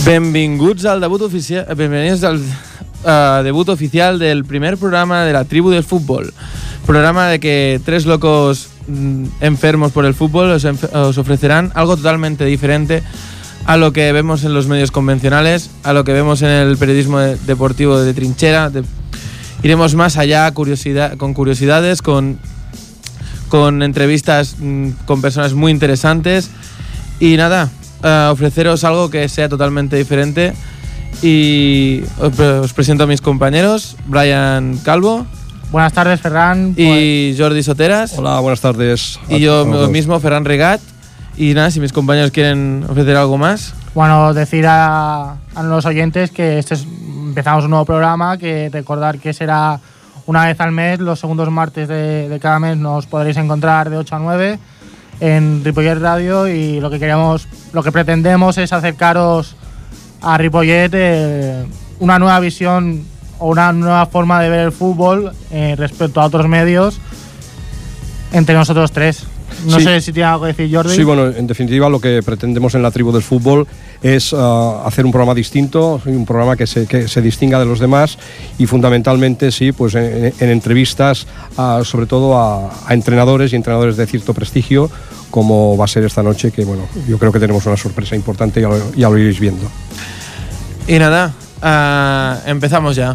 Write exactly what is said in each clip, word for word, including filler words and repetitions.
Benvinguts al debut oficial, bienvenidos al uh, debut oficial del primer programa de la tribu del fútbol. Programa de que tres locos mm, enfermos por el fútbol os, os ofrecerán algo totalmente diferente a lo que vemos en los medios convencionales, a lo que vemos en el periodismo de, deportivo de trinchera. De, iremos más allá, curiosidad, con curiosidades, con, con entrevistas mm, con personas muy interesantes y nada. Uh, ofreceros algo que sea totalmente diferente y os, os presento a mis compañeros, Brian Calvo. Buenas tardes, Ferran. Y Jordi Soteras. Hola, buenas tardes. Y yo mismo, Ferran Regat. Y nada, si mis compañeros quieren ofrecer algo más. Bueno, decir a, a los oyentes que este es, empezamos un nuevo programa, que recordar que será una vez al mes, los segundos martes de, de cada mes nos podréis encontrar de ocho a nueve en Ripollet Radio, y lo que queremos, lo que pretendemos es acercaros a Ripollet eh, una nueva visión o una nueva forma de ver el fútbol eh, respecto a otros medios entre nosotros tres. No sí. sé si tiene algo que decir, Jordi. Sí, bueno, en definitiva lo que pretendemos en la tribu del fútbol es uh, hacer un programa distinto, un programa que se, que se distinga de los demás y fundamentalmente, sí, pues en, en entrevistas uh, sobre todo a, a entrenadores y entrenadores de cierto prestigio, como va a ser esta noche, que bueno, yo creo que tenemos una sorpresa importante, ya lo, ya lo iréis viendo. Y nada, uh, empezamos ya.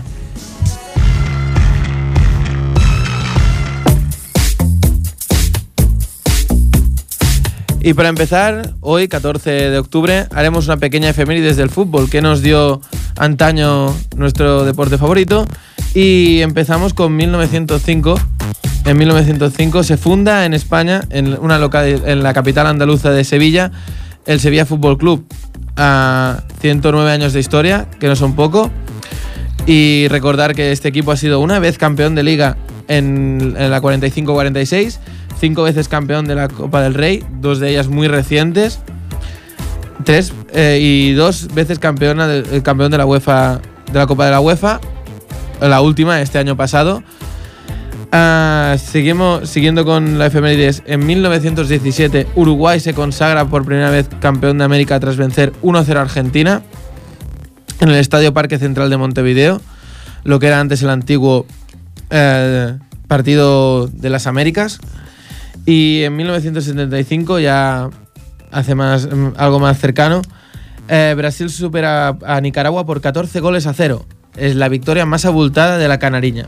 Y para empezar, hoy, catorce de octubre, haremos una pequeña efemérides del fútbol que nos dio antaño nuestro deporte favorito. Y empezamos con mil novecientos cinco. En mil novecientos cinco se funda en España, en, una local, en la capital andaluza de Sevilla, el Sevilla Fútbol Club. A ciento nueve años de historia, que no son poco. Y recordar que este equipo ha sido una vez campeón de Liga en, en la cuarenta y cinco cuarenta y seis, cinco veces campeón de la Copa del Rey, dos de ellas muy recientes, tres eh, y dos veces campeona de, campeón de la UEFA, de la Copa de la UEFA, la última este año pasado. Uh, seguimos siguiendo con la efemérides. En mil novecientos diecisiete Uruguay se consagra por primera vez campeón de América tras vencer uno cero a Argentina en el Estadio Parque Central de Montevideo, lo que era antes el antiguo eh, Partido de las Américas. Y en mil novecientos setenta y cinco, ya hace más, algo más cercano, eh, Brasil supera a Nicaragua por catorce goles a cero. Es la victoria más abultada de la canariña.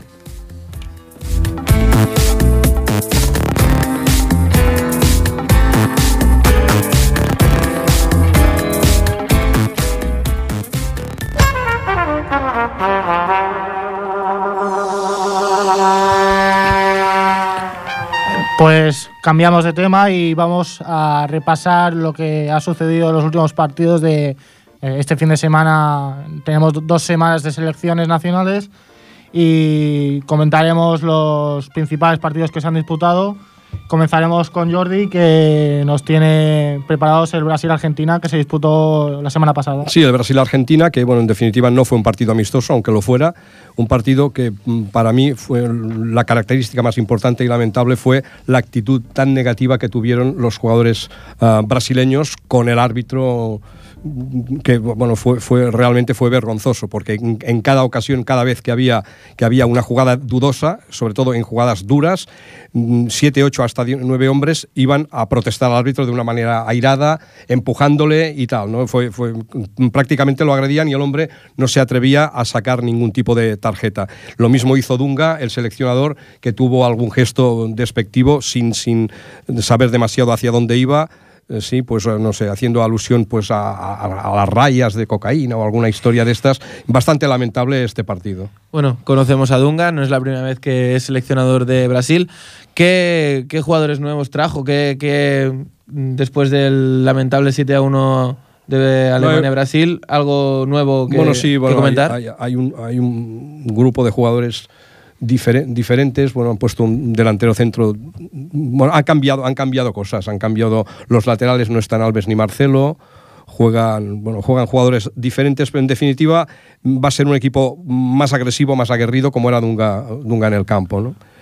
Pues cambiamos de tema y vamos a repasar lo que ha sucedido en los últimos partidos de eh, este fin de semana. Tenemos dos semanas de selecciones nacionales y comentaremos los principales partidos que se han disputado. Comenzaremos con Jordi, que nos tiene preparados el Brasil-Argentina, que se disputó la semana pasada. Sí, el Brasil-Argentina, que bueno, en definitiva no fue un partido amistoso, aunque lo fuera. Un partido que para mí fue la característica más importante y lamentable fue la actitud tan negativa que tuvieron los jugadores uh, brasileños con el árbitro, que bueno, fue, fue realmente fue vergonzoso, porque en, en cada ocasión, cada vez que había, que había una jugada dudosa, sobre todo en jugadas duras, siete, ocho hasta nueve hombres iban a protestar al árbitro de una manera airada, empujándole y tal, ¿no? Fue, fue, prácticamente lo agredían y el hombre no se atrevía a sacar ningún tipo de tarjeta. Lo mismo hizo Dunga, el seleccionador, que tuvo algún gesto despectivo sin, sin saber demasiado hacia dónde iba. Sí, pues no sé, haciendo alusión pues a, a, a las rayas de cocaína o alguna historia de estas. Bastante lamentable este partido. Bueno, conocemos a Dunga, no es la primera vez que es seleccionador de Brasil. ¿Qué, qué jugadores nuevos trajo? ¿Qué, qué después del lamentable siete a uno de Alemania-Brasil, algo nuevo que, bueno, sí, bueno, que comentar? Hay, hay, hay, un, hay un grupo de jugadores Difer- diferentes, bueno, han puesto un delantero centro, bueno, han cambiado, han cambiado cosas, han cambiado los laterales, no están Alves ni Marcelo, juegan, bueno, juegan jugadores diferentes, pero en definitiva va a ser un equipo más agresivo, más aguerrido, como era Dunga, Dunga en el campo, ¿no?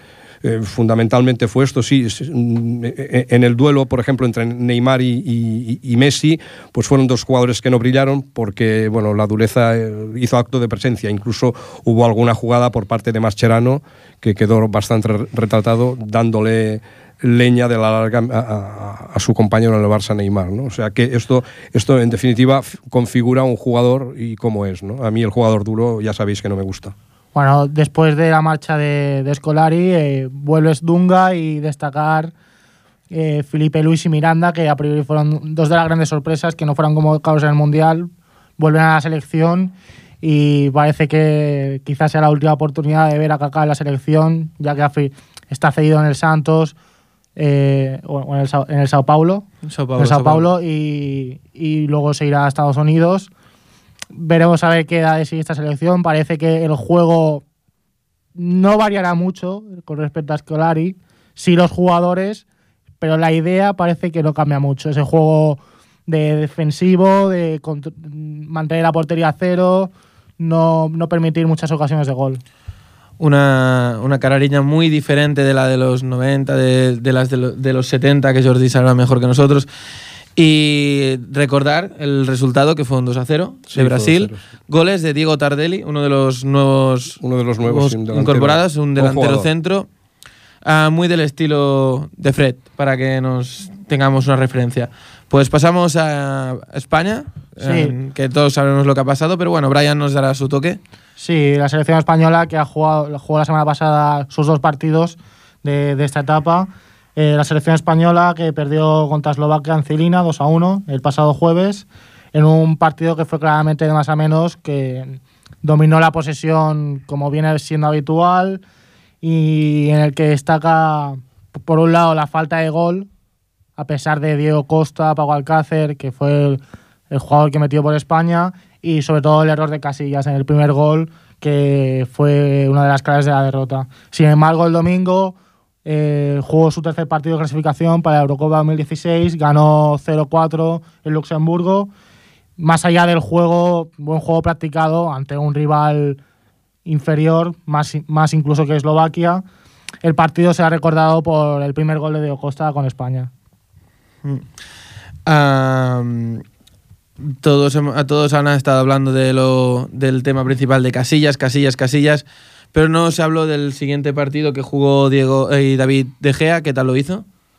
eh, fundamentalmente fue esto, sí. En el duelo, por ejemplo, entre Neymar y, y, y Messi, pues fueron dos jugadores que no brillaron porque, bueno, la dureza hizo acto de presencia. Incluso hubo alguna jugada por parte de Mascherano que quedó bastante retratado, dándole leña de la larga a, a, a su compañero en el Barça, Neymar, ¿no? O sea que esto, esto en definitiva configura un jugador y cómo es, ¿no? A mí el jugador duro ya sabéis que no me gusta. Bueno, después de la marcha de, de Scolari, eh, vuelves Dunga y destacar eh, Felipe Luis y Miranda, que a priori fueron dos de las grandes sorpresas, que no fueran convocados en el Mundial, vuelven a la selección y parece que quizás sea la última oportunidad de ver a Kaká en la selección, ya que está cedido en el Santos, Eh, o en el, en el Sao Paulo, Sao Paulo, en el Sao Sao Paulo. Paulo y, y luego se irá a Estados Unidos. Veremos a ver qué da de sí esta selección. Parece que el juego no variará mucho con respecto a Scolari, sí los jugadores, pero la idea parece que no cambia mucho. Ese juego de defensivo, de mantener la portería a cero, no, no permitir muchas ocasiones de gol. Una, una carariña muy diferente de la de los noventa, de, de las de, lo, de los setenta, que Jordi sabrá mejor que nosotros. Y recordar el resultado, que fue un dos a cero sí, de Brasil. dos a cero. Goles de Diego Tardelli, uno de los nuevos, uno de los nuevos incorporados, un delantero centro, uh, muy del estilo de Fred, para que nos tengamos una referencia. Pues pasamos a España, sí. eh, que todos sabemos lo que ha pasado, pero bueno, Brian nos dará su toque. Sí, la selección española que ha jugado, jugó la semana pasada sus dos partidos de, de esta etapa. Eh, la selección española que perdió contra Eslovaquia en Cilina dos a uno el pasado jueves, en un partido que fue claramente de más a menos, que dominó la posesión como viene siendo habitual y en el que destaca, por un lado, la falta de gol, a pesar de Diego Costa, Paco Alcácer, que fue el, el jugador que metió por España, y sobre todo el error de Casillas en el primer gol, que fue una de las claves de la derrota. Sin embargo, el domingo eh, jugó su tercer partido de clasificación para la Eurocopa dos mil dieciséis, ganó cero cuatro en Luxemburgo. Más allá del juego, buen juego practicado ante un rival inferior, más, más incluso que Eslovaquia, el partido se ha recordado por el primer gol de Diego Costa con España. Mm. Um... Todos, a todos han estado hablando de lo, del tema principal de Casillas, Casillas, Casillas, pero no se habló del siguiente partido que jugó Diego y eh, David De Gea. ¿Qué tal lo hizo?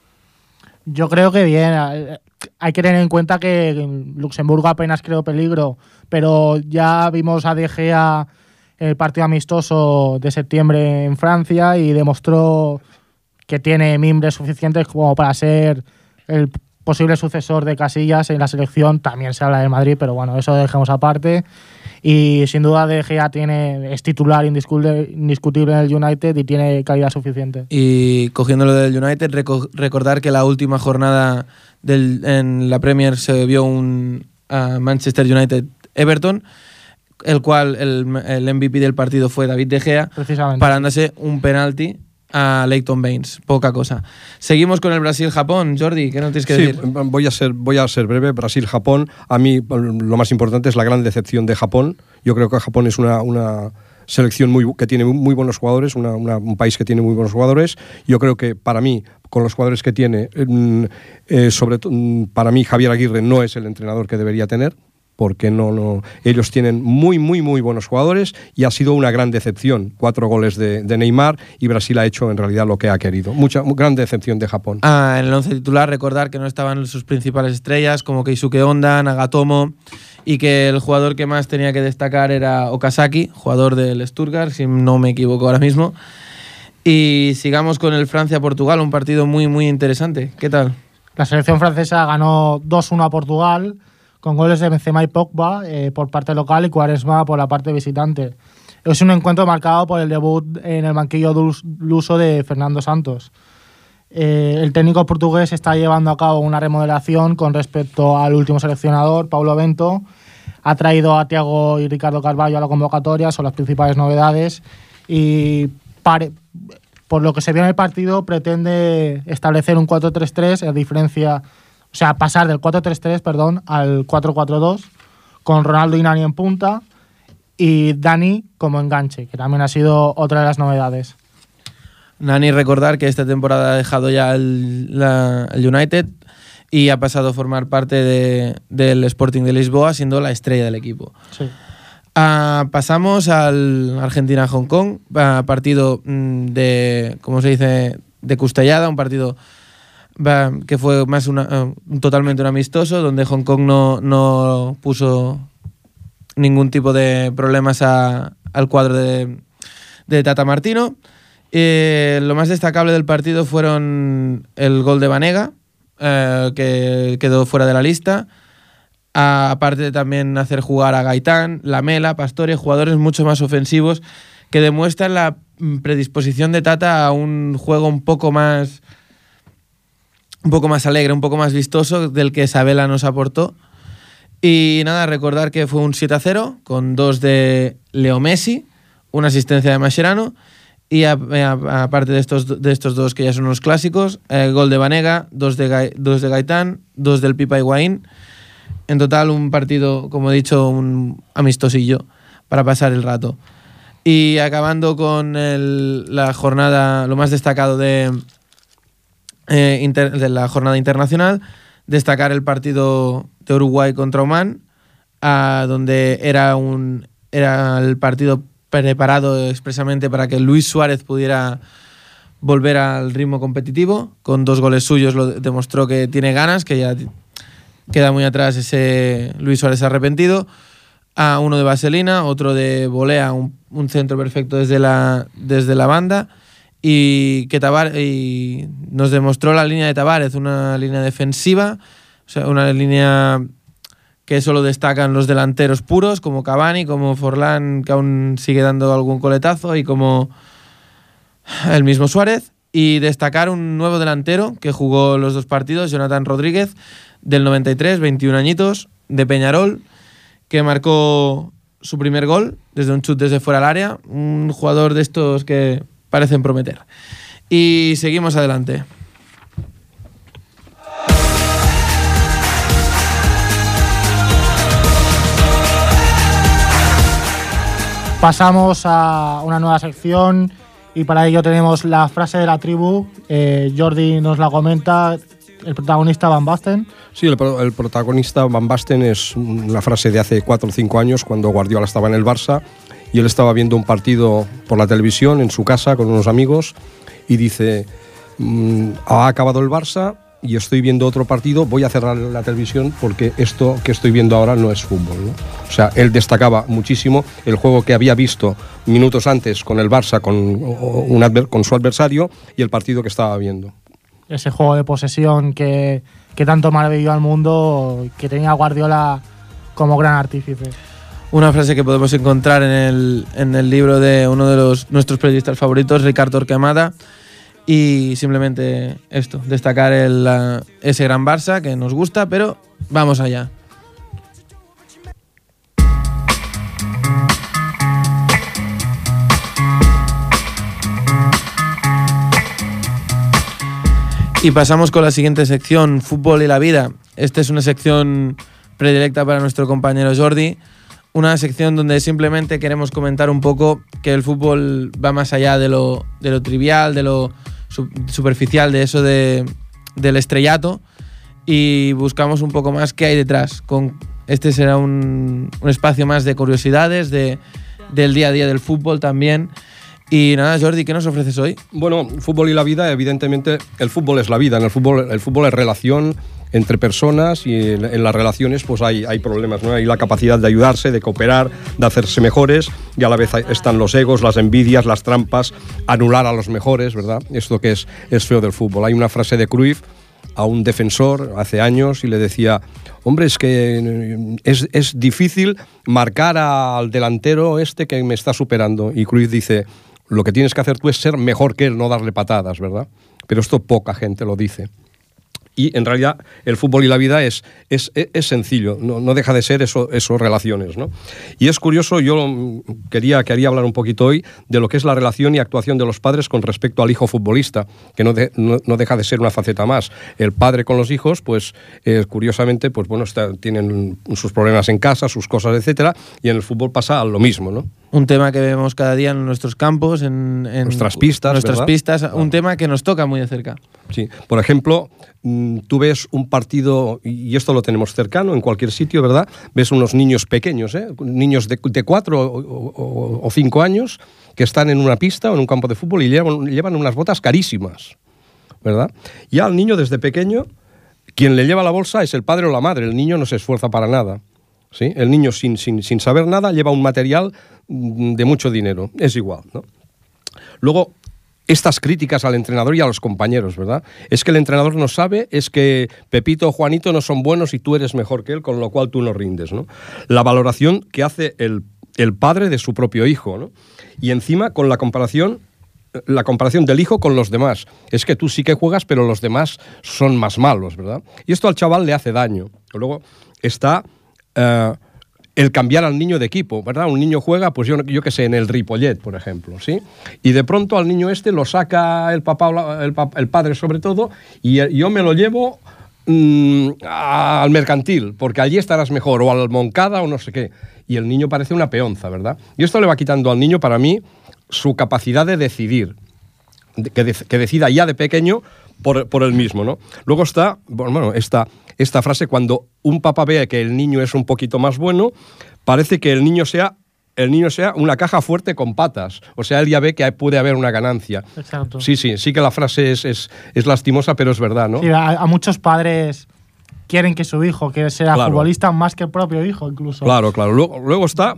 Yo creo que bien. Hay que tener en cuenta que Luxemburgo apenas creó peligro, pero ya vimos a De Gea en el partido amistoso de septiembre en Francia y demostró que tiene mimbres suficientes como para ser el posible sucesor de Casillas en la selección. También se habla del Madrid, pero bueno, eso dejemos aparte. Y sin duda De Gea tiene, es titular indiscutible, indiscutible en el United y tiene calidad suficiente. Y cogiéndolo del United, reco- recordar que la última jornada del, en la Premier se vio un uh, Manchester United-Everton, el cual el, el M V P del partido fue David De Gea, precisamente, parándose un penalti a Leighton Baines, poca cosa. Seguimos con el Brasil-Japón. Jordi, ¿qué nos tienes que sí, decir? Voy a ser, voy a ser breve. Brasil-Japón, a mí lo más importante es la gran decepción de Japón. Yo creo que Japón es una, una selección muy, que tiene muy buenos jugadores, una, una, un país que tiene muy buenos jugadores. Yo creo que para mí, con los jugadores que tiene, eh, sobre todo para mí Javier Aguirre no es el entrenador que debería tener, porque no, no, ellos tienen muy, muy, muy buenos jugadores y ha sido una gran decepción. Cuatro goles de, de Neymar y Brasil ha hecho en realidad lo que ha querido. Mucha gran decepción de Japón. Ah, en el once titular, recordar que no estaban sus principales estrellas como Keisuke Honda, Nagatomo, y que el jugador que más tenía que destacar era Okazaki, jugador del Stuttgart, si no me equivoco ahora mismo. Y sigamos con el Francia-Portugal, un partido muy, muy interesante. ¿Qué tal? La selección francesa ganó dos uno a Portugal, con goles de Benzema y Pogba eh, por parte local y Quaresma por la parte visitante. Es un encuentro marcado por el debut en el banquillo luso de Fernando Santos. Eh, el técnico portugués está llevando a cabo una remodelación con respecto al último seleccionador, Paulo Bento. Ha traído a Thiago y Ricardo Carvalho a la convocatoria, son las principales novedades. Y pare, por lo que se vio en el partido, pretende establecer un cuatro tres tres, a diferencia... O sea, pasar del cuatro tres tres, perdón, al cuatro cuatro dos, con Ronaldo y Nani en punta y Dani como enganche, que también ha sido otra de las novedades. Nani, recordar que esta temporada ha dejado ya el, la, el United y ha pasado a formar parte de, del Sporting de Lisboa, siendo la estrella del equipo. Sí. Uh, pasamos al Argentina-Hong Kong, uh, partido mm, de, ¿cómo se dice?, de Custellada, un partido uh, que fue más una, uh, totalmente un amistoso, donde Hong Kong no, no puso ningún tipo de problemas a, al cuadro de, de Tata Martino. Eh, lo más destacable del partido fueron el gol de Banega, eh, que quedó fuera de la lista, a, aparte de también hacer jugar a Gaitán, Lamela, Pastore, jugadores mucho más ofensivos que demuestran la predisposición de Tata a un juego un poco más un poco más alegre, un poco más vistoso del que Sabela nos aportó. Y nada, recordar que fue un siete a cero con dos de Leo Messi, una asistencia de Mascherano. Y aparte de estos, de estos dos que ya son unos clásicos, eh, gol de Banega, dos de, Ga, dos de Gaitán, dos del Pipa Higuaín. En total un partido, como he dicho, un amistosillo para pasar el rato. Y acabando con el, la jornada, lo más destacado de, eh, inter, de la jornada internacional, destacar el partido de Uruguay contra Oman, a donde era, un, era el partido preparado expresamente para que Luis Suárez pudiera volver al ritmo competitivo. Con dos goles suyos lo demostró que tiene ganas, que ya queda muy atrás ese Luis Suárez arrepentido. A uno de vaselina, otro de volea, un, un centro perfecto desde la, desde la banda, y que Tabar, y nos demostró la línea de Tavares, una línea defensiva, o sea, una línea que solo destacan los delanteros puros, como Cavani, como Forlán, que aún sigue dando algún coletazo, y como el mismo Suárez. Y destacar un nuevo delantero que jugó los dos partidos, Jonathan Rodríguez, del noventa y tres, veintiún añitos, de Peñarol, que marcó su primer gol desde un chut desde fuera del área. Un jugador de estos que parecen prometer. Y seguimos adelante. Pasamos a una nueva sección y para ello tenemos la frase de la tribu. Eh, Jordi nos la comenta, el protagonista Van Basten. Sí, el, el protagonista Van Basten es una frase de hace cuatro o cinco años, cuando Guardiola estaba en el Barça y él estaba viendo un partido por la televisión en su casa con unos amigos y dice: mmm, ha acabado el Barça y estoy viendo otro partido, voy a cerrar la televisión porque esto que estoy viendo ahora no es fútbol, ¿no? O sea, él destacaba muchísimo el juego que había visto minutos antes con el Barça, con, un adver, con su adversario, y el partido que estaba viendo. Ese juego de posesión que, que tanto maravilló al mundo, que tenía Guardiola como gran artífice. Una frase que podemos encontrar en el, en el libro de uno de los, nuestros periodistas favoritos, Ricardo Torquemada. Y simplemente esto, destacar el, uh, ese gran Barça que nos gusta, pero vamos allá. Y pasamos con la siguiente sección, Fútbol y la vida. Esta es una sección predilecta para nuestro compañero Jordi. Una sección donde simplemente queremos comentar un poco que el fútbol va más allá de lo, de lo trivial, de lo superficial, de eso de, del estrellato, y buscamos un poco más qué hay detrás. Con, este será un, un espacio más de curiosidades, de, del día a día del fútbol también. Y nada, Jordi, ¿qué nos ofreces hoy? Bueno, fútbol y la vida, evidentemente el fútbol es la vida. En el fútbol, el fútbol es relación entre personas, y en, en las relaciones pues hay, hay problemas, ¿no? Hay la capacidad de ayudarse, de cooperar, de hacerse mejores, y a la vez están los egos, las envidias, las trampas, anular a los mejores, ¿verdad? Esto que es, es feo del fútbol. Hay una frase de Cruyff a un defensor hace años y le decía: hombre, es que es, es difícil marcar al delantero este que me está superando. Y Cruyff dice: lo que tienes que hacer tú es ser mejor que él, no darle patadas, ¿verdad? Pero esto poca gente lo dice. Y en realidad el fútbol y la vida es, es, es sencillo, no, no deja de ser eso, eso relaciones, ¿no? Y es curioso, yo quería, quería hablar un poquito hoy de lo que es la relación y actuación de los padres con respecto al hijo futbolista, que no, de, no, no deja de ser una faceta más. El padre con los hijos, pues eh, curiosamente, pues bueno, está, tienen sus problemas en casa, sus cosas, etcétera, y en el fútbol pasa lo mismo, ¿no? Un tema que vemos cada día en nuestros campos, en, en nuestras pistas, nuestras ¿verdad? pistas, un tema que nos toca muy de cerca. Sí, por ejemplo, tú ves un partido, y esto lo tenemos cercano en cualquier sitio, ¿verdad? Ves unos niños pequeños, ¿eh? Niños de, de cuatro o, o, o cinco años que están en una pista o en un campo de fútbol y llevan, llevan unas botas carísimas, ¿verdad? Y al niño desde pequeño, quien le lleva la bolsa es el padre o la madre, el niño no se esfuerza para nada. ¿Sí? El niño sin, sin, sin saber nada lleva un material de mucho dinero, es igual, ¿no? Luego, estas críticas al entrenador y a los compañeros, ¿verdad? Es que el entrenador no sabe, es que Pepito o Juanito no son buenos y tú eres mejor que él, con lo cual tú no rindes, ¿no? La valoración que hace el, el padre de su propio hijo, ¿no? Y encima con la comparación, la comparación del hijo con los demás. Es que tú sí que juegas, pero los demás son más malos, ¿verdad? Y esto al chaval le hace daño. Luego está... Uh, el cambiar al niño de equipo, ¿verdad? Un niño juega, pues yo, yo qué sé, en el Ripollet, por ejemplo, ¿sí? Y de pronto al niño este lo saca el papá, el, el padre sobre todo, y yo me lo llevo mmm, al Mercantil, porque allí estarás mejor, o al Moncada, o no sé qué. Y el niño parece una peonza, ¿verdad? Y esto le va quitando al niño, para mí, su capacidad de decidir, que, de, que decida ya de pequeño por, por él mismo, ¿no? Luego está, bueno, esta... Esta frase, cuando un papá ve que el niño es un poquito más bueno, parece que el niño sea, el niño sea una caja fuerte con patas. O sea, él ya ve que puede haber una ganancia. Exacto. Sí, sí, sí que la frase es, es, es lastimosa, pero es verdad, ¿no? Sí, a, a muchos padres quieren que su hijo que sea claro. futbolista más que el propio hijo, incluso. Claro, claro. Luego, luego está,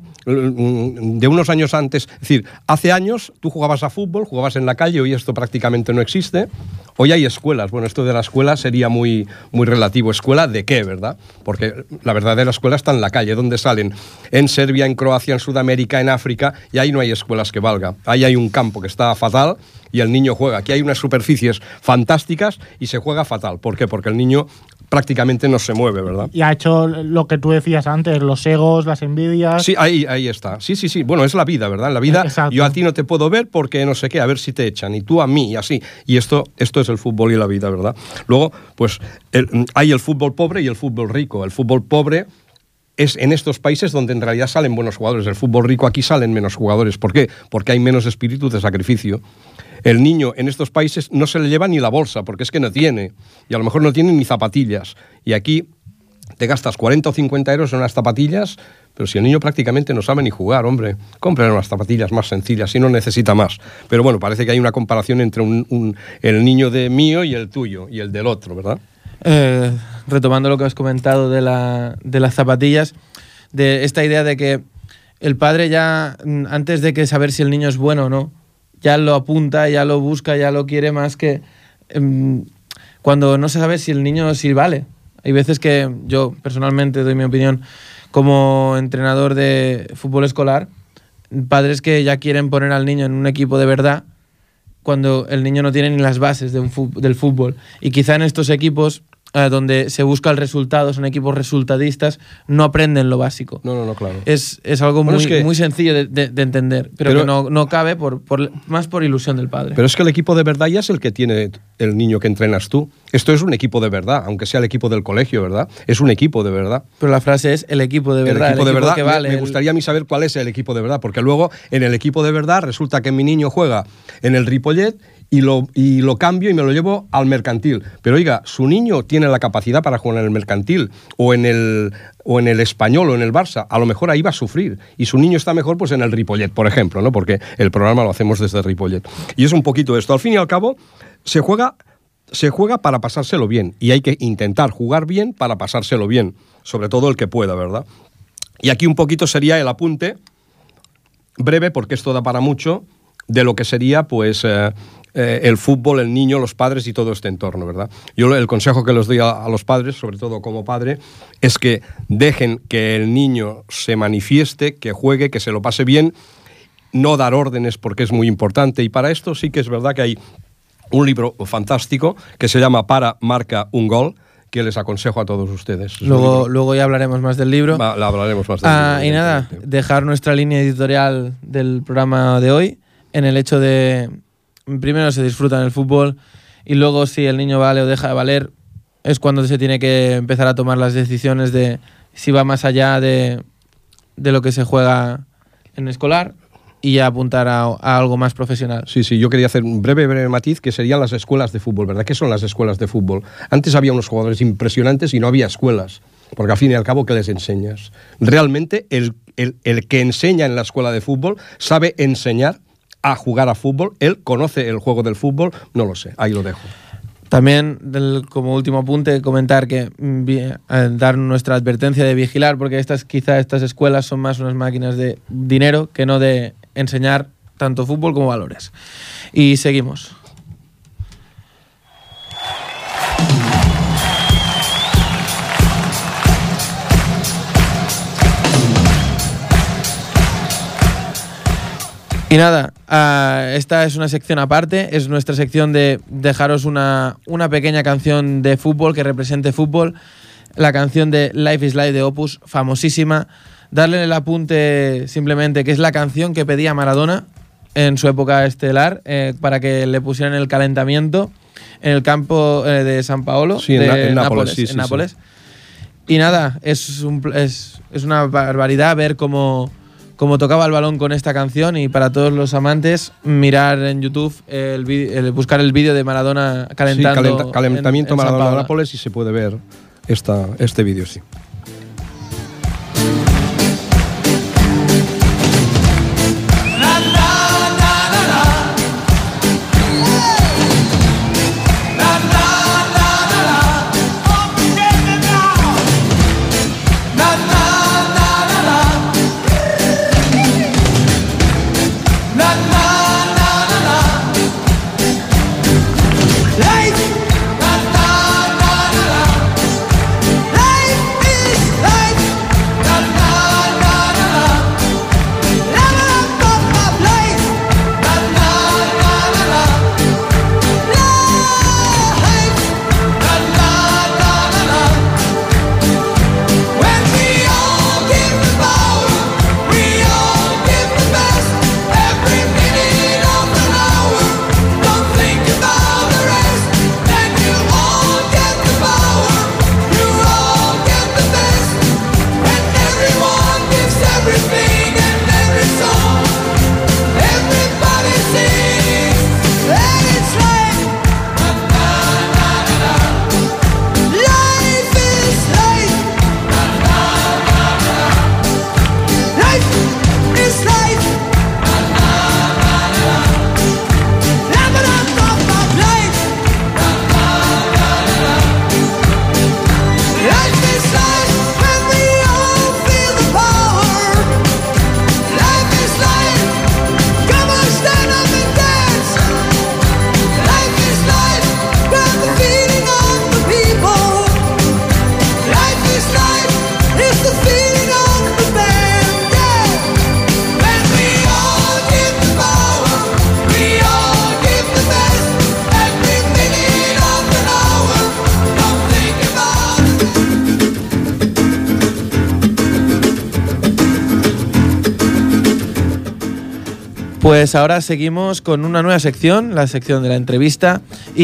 de unos años antes, es decir, hace años tú jugabas a fútbol, jugabas en la calle, hoy esto prácticamente no existe. Hoy hay escuelas. Bueno, esto de la escuela sería muy, muy relativo. ¿Escuela de qué, verdad? Porque la verdadera escuela está en la calle, donde salen en Serbia, en Croacia, en Sudamérica, en África, y ahí no hay escuelas que valga. Ahí hay un campo que está fatal y el niño juega. Aquí hay unas superficies fantásticas y se juega fatal. ¿Por qué? Porque el niño prácticamente no se mueve, ¿verdad? Y ha hecho lo que tú decías antes, los egos, las envidias. Sí, ahí, ahí está. Sí, sí, sí. Bueno, es la vida, ¿verdad? En la vida Exacto. Yo a ti no te puedo ver porque no sé qué, a ver si te echan, y tú a mí, y así. Y esto, esto es el fútbol y la vida, ¿verdad? Luego, pues el, hay el fútbol pobre y el fútbol rico. El fútbol pobre es en estos países donde en realidad salen buenos jugadores. El fútbol rico aquí salen menos jugadores. ¿Por qué? Porque hay menos espíritu de sacrificio. El niño en estos países no se le lleva ni la bolsa, porque es que no tiene. Y a lo mejor no tiene ni zapatillas. Y aquí te gastas cuarenta o cincuenta euros en unas zapatillas, pero si el niño prácticamente no sabe ni jugar, hombre, cómprale unas zapatillas más sencillas, si no necesita más. Pero bueno, parece que hay una comparación entre un, un, el niño de mío y el tuyo, y el del otro, ¿verdad? Eh, retomando lo que has comentado de, la, de las zapatillas, de esta idea de que el padre ya, antes de que saber si el niño es bueno o no, ya lo apunta, ya lo busca, ya lo quiere más que eh, cuando no se sabe si el niño sí vale. Hay veces que yo personalmente doy mi opinión como entrenador de fútbol escolar, padres que ya quieren poner al niño en un equipo de verdad cuando el niño no tiene ni las bases de un fútbol, del fútbol. Y quizá en estos equipos eh, donde se busca el resultado, son equipos resultadistas, no aprenden lo básico. No, no, no, claro. Es, es algo bueno, muy, es que, muy sencillo de, de, de entender, pero, pero que no, no cabe por, por, más por ilusión del padre. Pero es que el equipo de verdad ya es el que tiene el niño que entrenas tú. Esto es un equipo de verdad, aunque sea el equipo del colegio, ¿verdad? Es un equipo de verdad. Pero la frase es el equipo de verdad. El equipo, el de equipo verdad, que vale, me, me gustaría a mí saber cuál es el equipo de verdad, porque luego en el equipo de verdad resulta que mi niño juega en el Ripollet y lo, y lo cambio y me lo llevo al Mercantil. Pero oiga, su niño tiene la capacidad para jugar en el Mercantil o en el, o en el Español o en el Barça. A lo mejor ahí va a sufrir. Y su niño está mejor pues en el Ripollet, por ejemplo, ¿no? Porque el programa lo hacemos desde el Ripollet. Y es un poquito esto. Al fin y al cabo, se juega, se juega para pasárselo bien. Y hay que intentar jugar bien para pasárselo bien. Sobre todo el que pueda, ¿verdad? Y aquí un poquito sería el apunte breve, porque esto da para mucho, de lo que sería pues eh, eh, el fútbol, el niño, los padres y todo este entorno, ¿verdad? Yo el consejo que les doy a, a los padres, sobre todo como padre, es que dejen que el niño se manifieste, que juegue, que se lo pase bien, no dar órdenes porque es muy importante, y para esto sí que es verdad que hay un libro fantástico que se llama Para, marca un gol, que les aconsejo a todos ustedes. Luego, luego ya hablaremos más del libro. Va, hablaremos más del ah, libro. Y nada, dejar nuestra línea editorial del programa de hoy en el hecho de, primero se disfruta en el fútbol y luego si el niño vale o deja de valer, es cuando se tiene que empezar a tomar las decisiones de si va más allá de, de lo que se juega en escolar y ya apuntar a, a algo más profesional. Sí, sí, yo quería hacer un breve, breve matiz que serían las escuelas de fútbol, ¿verdad? ¿Qué son las escuelas de fútbol? Antes había unos jugadores impresionantes y no había escuelas, porque al fin y al cabo, ¿qué les enseñas? Realmente el, el, el que enseña en la escuela de fútbol sabe enseñar a jugar a fútbol, él conoce el juego del fútbol, no lo sé, ahí lo dejo. También, del, como último apunte, comentar que eh, dar nuestra advertencia de vigilar, porque estas quizá estas escuelas son más unas máquinas de dinero que no de enseñar tanto fútbol como valores. Y seguimos. Y nada, uh, esta es una sección aparte, es nuestra sección de dejaros una, una pequeña canción de fútbol que represente fútbol, la canción de Life is Life de Opus, famosísima. Darle el apunte simplemente que es la canción que pedía Maradona en su época estelar eh, para que le pusieran el calentamiento en el campo eh, de San Paolo, sí, de en, en Nápoles. Nápoles, Sí, en sí, Nápoles. Sí. Y nada, es, un, es, es una barbaridad ver cómo, cómo tocaba el balón con esta canción y para todos los amantes mirar en YouTube, el, el buscar el vídeo de Maradona calentando. Sí, calenta, calentamiento en, en Maradona de Nápoles y se puede ver esta, este vídeo, sí. Pues ahora seguimos con una nueva sección, la sección de la entrevista.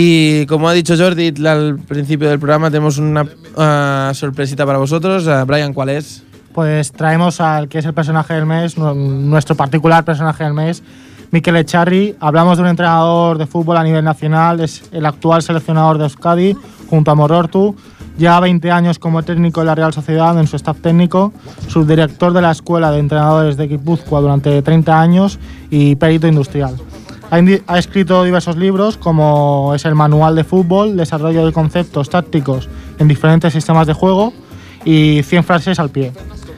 Y como ha dicho Jordi al principio del programa, tenemos una uh, sorpresita para vosotros. Uh, Brian, ¿cuál es? Pues traemos al que es el personaje del mes, nuestro particular personaje del mes, Mikel Echarri. Hablamos de un entrenador de fútbol a nivel nacional, es el actual seleccionador de Euskadi, junto a Morortu. Lleva veinte años como técnico de la Real Sociedad en su staff técnico, subdirector de la Escuela de Entrenadores de Guipúzcoa durante treinta años y perito industrial. Ha, ha escrito diversos libros, como es el Manual de Fútbol, Desarrollo de Conceptos Tácticos en diferentes sistemas de juego y cien frases al pie.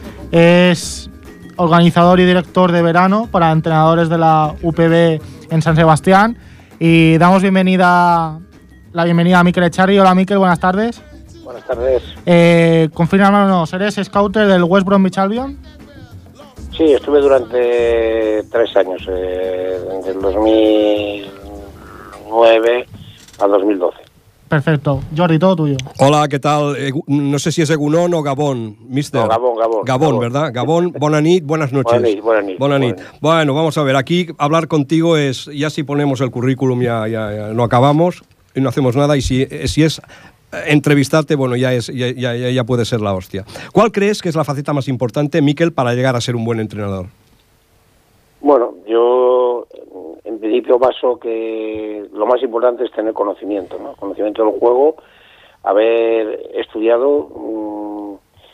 Es organizador y director de verano para entrenadores de la U P B en San Sebastián y damos bienvenida, la bienvenida a Mikel Echarri. Hola Mikel, buenas tardes. Buenas tardes. Eh, confírmanos, ¿eres scouter del West Bromwich Albion? Sí, estuve durante tres años, eh, desde el dos mil nueve al dos mil doce. Perfecto. Jordi, todo tuyo. Hola, ¿qué tal? Eh, no sé si es Egunon o Gabón, mister. No, Gabón, Gabón. Gabón, Gabón. ¿Verdad? Gabón, buena nit, buenas noches. Buena nit, buena nit, buena nit. buena nit. Bueno, vamos a ver, aquí hablar contigo es, ya si ponemos el currículum ya, ya, ya no acabamos y no hacemos nada, y si, si es entrevistarte, bueno, ya, es, ya, ya, ya puede ser la hostia. ¿Cuál crees que es la faceta más importante, Mikel, para llegar a ser un buen entrenador? Bueno, yo en principio baso que lo más importante es tener conocimiento, ¿no? Conocimiento del juego, haber estudiado, mmm,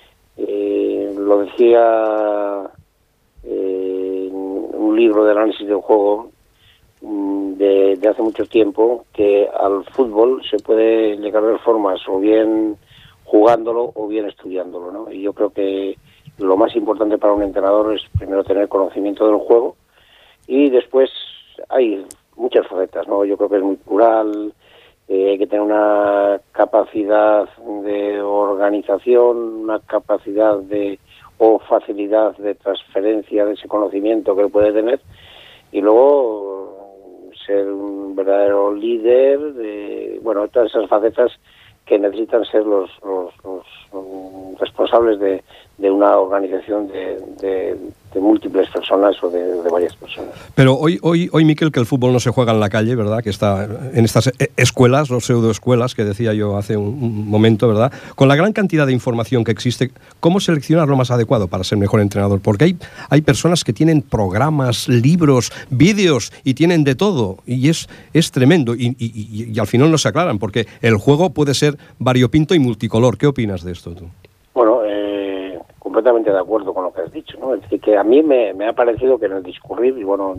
eh, lo decía eh, en un libro de análisis del juego mmm, de, de hace mucho tiempo, que al fútbol se puede llegar de formas, o bien jugándolo o bien estudiándolo, ¿no? Y yo creo que lo más importante para un entrenador es primero tener conocimiento del juego, y después hay muchas facetas, ¿no? Yo creo que es muy plural, eh, hay que tener una capacidad de organización, una capacidad de o facilidad de transferencia de ese conocimiento que puede tener, y luego ser un verdadero líder, de, bueno, todas esas facetas que necesitan ser los, los, los um, responsables de, de una organización de, de, de múltiples personas o de, de varias personas. Pero hoy, hoy, hoy, Mikel, que el fútbol no se juega en la calle, ¿verdad? Que está en estas escuelas, o pseudoescuelas, que decía yo hace un, un momento, ¿verdad? Con la gran cantidad de información que existe, ¿cómo seleccionar lo más adecuado para ser mejor entrenador? Porque hay, hay personas que tienen programas, libros, vídeos, y tienen de todo, y es, es tremendo, y, y, y, y al final no se aclaran, porque el juego puede ser variopinto y multicolor. ¿Qué opinas de esto tú? Bueno, eh, completamente de acuerdo con lo que has dicho, ¿no? Es decir, que a mí me, me ha parecido que en el discurrir, y bueno,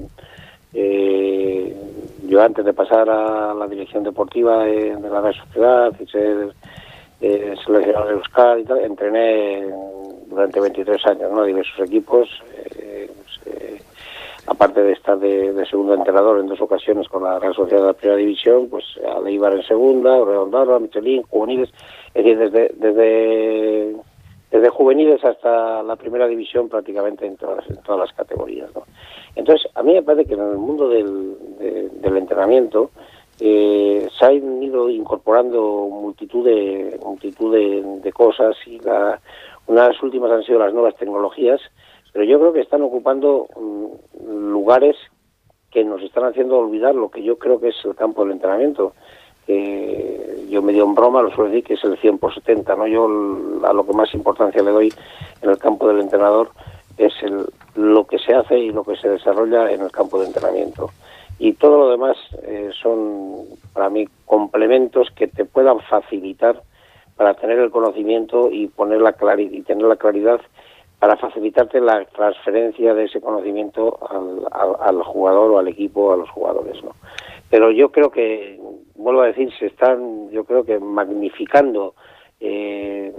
eh, yo antes de pasar a la dirección deportiva de, de la Real Sociedad y ser eh, seleccionador de Euskadi y tal, entrené durante veintitrés años, ¿no? Diversos equipos, eh, pues, eh, aparte de estar de, de segundo entrenador en dos ocasiones con la Real Sociedad de la Primera División, pues a Leibar en segunda, Redondarra, Michelin, juveniles, es decir, desde, desde, desde juveniles hasta la Primera División prácticamente en todas, en todas las categorías, ¿no? Entonces, a mí me parece que en el mundo del, de, del entrenamiento eh, se han ido incorporando multitud de multitud de, de cosas, y la, una de las últimas han sido las nuevas tecnologías, pero yo creo que están ocupando um, lugares que nos están haciendo olvidar lo que yo creo que es el campo del entrenamiento. Eh, yo medio en broma lo suelo decir que es el cien por setenta, ¿no? Yo a lo que más importancia le doy en el campo del entrenador es el, lo que se hace y lo que se desarrolla en el campo de entrenamiento. Y todo lo demás eh, son, para mí, complementos que te puedan facilitar para tener el conocimiento y poner la claridad, y tener la claridad para facilitarte la transferencia de ese conocimiento al, al, al jugador o al equipo, a los jugadores, ¿no? Pero yo creo que, vuelvo a decir, se están, yo creo que magnificando eh,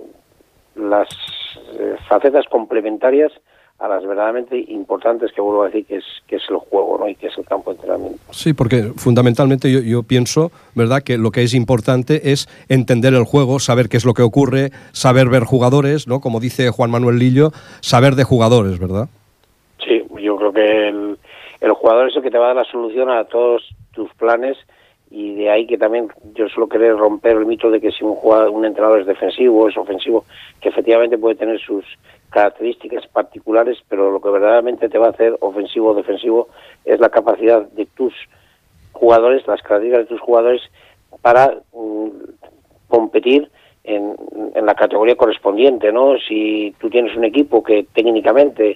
las eh, facetas complementarias a las verdaderamente importantes, que vuelvo a decir que es que es el juego, ¿no? Y que es el campo de entrenamiento. Sí, porque fundamentalmente yo, yo pienso, ¿verdad?, que lo que es importante es entender el juego, saber qué es lo que ocurre, saber ver jugadores, ¿no? Como dice Juan Manuel Lillo, saber de jugadores, ¿verdad? Sí, yo creo que el, el jugador es el que te va a dar la solución a todos tus planes, y de ahí que también yo suelo querer romper el mito de que si un jugador, un entrenador es defensivo o es ofensivo, que efectivamente puede tener sus características particulares, pero lo que verdaderamente te va a hacer ofensivo o defensivo es la capacidad de tus jugadores, las características de tus jugadores para mm, competir en, en la categoría correspondiente, ¿no? Si tú tienes un equipo que técnicamente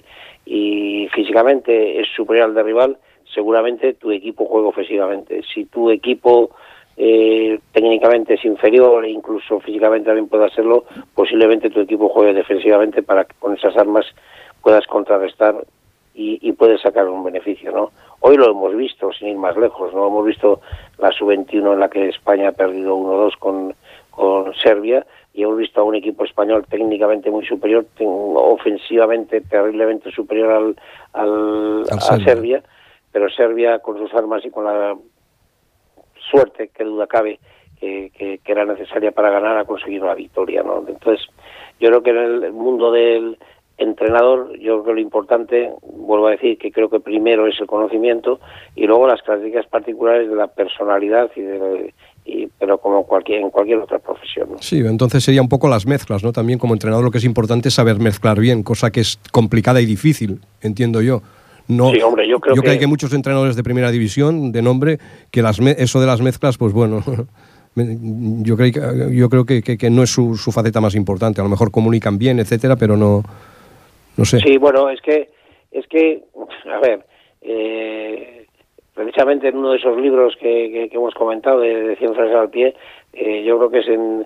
y físicamente es superior al de rival, seguramente tu equipo juega ofensivamente. Si tu equipo eh, técnicamente es inferior e incluso físicamente también puede hacerlo, posiblemente tu equipo juegue defensivamente para que con esas armas puedas contrarrestar y, y puedes sacar un beneficio, ¿no? Hoy lo hemos visto, sin ir más lejos, ¿no? Hemos visto la sub veintiuno en la que España ha perdido uno dos con, con Serbia, y hemos visto a un equipo español técnicamente muy superior, ofensivamente terriblemente superior al, al, al a Serbia. Serbia, pero Serbia con sus armas y con la suerte, que duda cabe, que, que, que era necesaria para ganar, ha conseguido la victoria, ¿no? Entonces, yo creo que en el mundo del, entrenador, yo creo que lo importante, vuelvo a decir que creo que primero es el conocimiento y luego las características particulares de la personalidad y de, y, pero como cualquier en cualquier otra profesión, ¿no? Sí, entonces sería un poco las mezclas, ¿no? También como entrenador lo que es importante es saber mezclar bien, cosa que es complicada y difícil, entiendo yo. No, sí, hombre, yo creo yo que... que hay que muchos entrenadores de primera división, de nombre, que las me- eso de las mezclas, pues bueno, yo creo que, yo creo que, que, que no es su, su faceta más importante. A lo mejor comunican bien, etcétera, pero no, no sé. Sí, bueno, es que, es que, a ver, eh, precisamente en uno de esos libros que, que, que hemos comentado de, de cien frases al pie, eh, yo creo que es en,